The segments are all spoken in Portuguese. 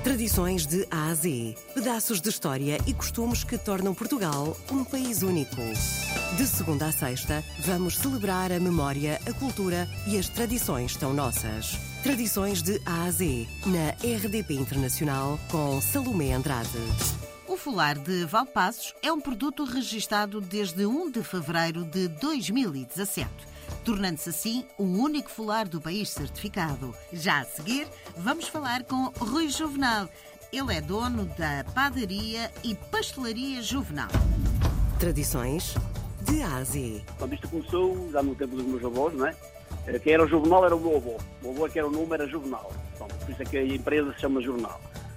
Tradições de A a Z. Pedaços de história e costumes que tornam Portugal um país único. De segunda a sexta, vamos celebrar a memória, a cultura e as tradições tão nossas. Tradições de A a Z, na RDP Internacional, com Salomé Andrade. O folar de Valpaços é um produto registado desde 1 de fevereiro de 2017, tornando-se assim o único folar do país certificado. Já a seguir, vamos falar com Rui Juvenal. Ele é dono da padaria e pastelaria Juvenal. Tradições de A a Z. Quando isto começou, já no tempo dos meus avós, não é? Quem era o Juvenal era o meu avô. O meu avô que era o nome era Juvenal. Por isso é que a empresa se chama Juvenal.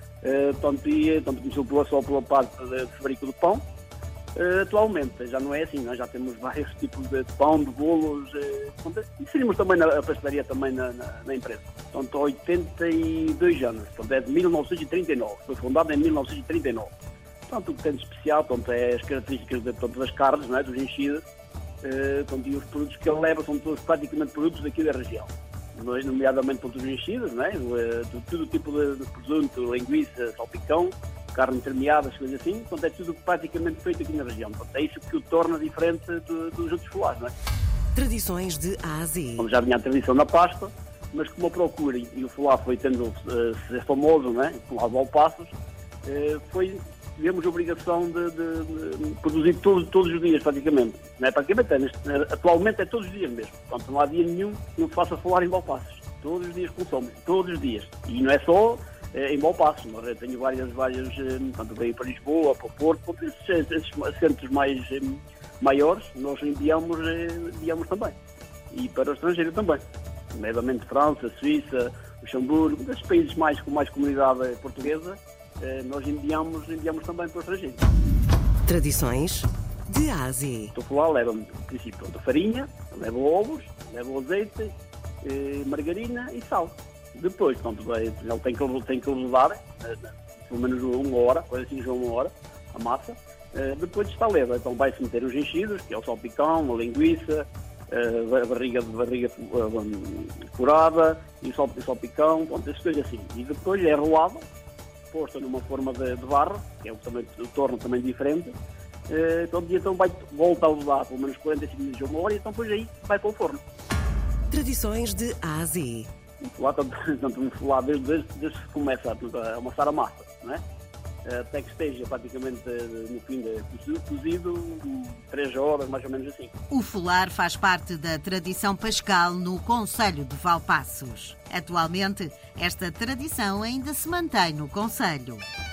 Começou só pela parte de fabrico de pão. Atualmente já não é assim, nós já temos vários tipos de pão, de bolos. Inserimos também a pastelaria também na empresa. Portanto, há 82 anos, portanto, é de 1939, foi fundada em 1939. Portanto, o que tem de especial é as características das carnes, não é? Dos enchidos, e os produtos que ele leva são todos praticamente produtos daqui da região. Nós, nomeadamente os enchidos, não é? Todo tipo de presunto, linguiça, salpicão, carne termeada, coisas assim, portanto, é tudo praticamente feito aqui na região. Portanto, é isso que o torna diferente dos outros folares, não é?Tivemos A a Z. Já vinha a tradição na pasta, mas como a procura e o folar foi tendo ser famoso, não é? Com os Valpaços, tivemos a obrigação de produzir todos os dias, praticamente. Não é praticamente, atualmente é todos os dias mesmo. Portanto, não há dia nenhum que não se faça folar em Valpaços. Todos os dias consomem, todos os dias. E não é só em Valpaços, mas eu tenho vários, portanto, veio para Lisboa, para o Porto, esses centros maiores, nós enviamos também. E para o estrangeiro também. Nomeadamente França, Suíça, Luxemburgo, esses países com mais comunidade portuguesa, nós enviamos também para o estrangeiro. Tradições de A a Z. O folar leva, no princípio, farinha, leva ovos, leva azeite, margarina e sal. Depois, ele tem que levar, pelo menos uma hora, coisa assim, uma hora, a massa. Depois está leva, então vai-se meter os enchidos, que é o salpicão, a linguiça, a barriga curada e o salpicão, essas coisas assim. E depois é rolado, posto numa forma de barro, que é o que também o torna também diferente. Então volta a usar pelo menos 45 minutos ou uma hora, e então depois aí vai para o forno. Tradições de A a Z. Um folar desde que começa a amassar a massa, não é? Até que esteja praticamente no fim cozido, 3 horas, mais ou menos assim. O folar faz parte da tradição pascal no concelho de Valpaços. Atualmente, esta tradição ainda se mantém no concelho.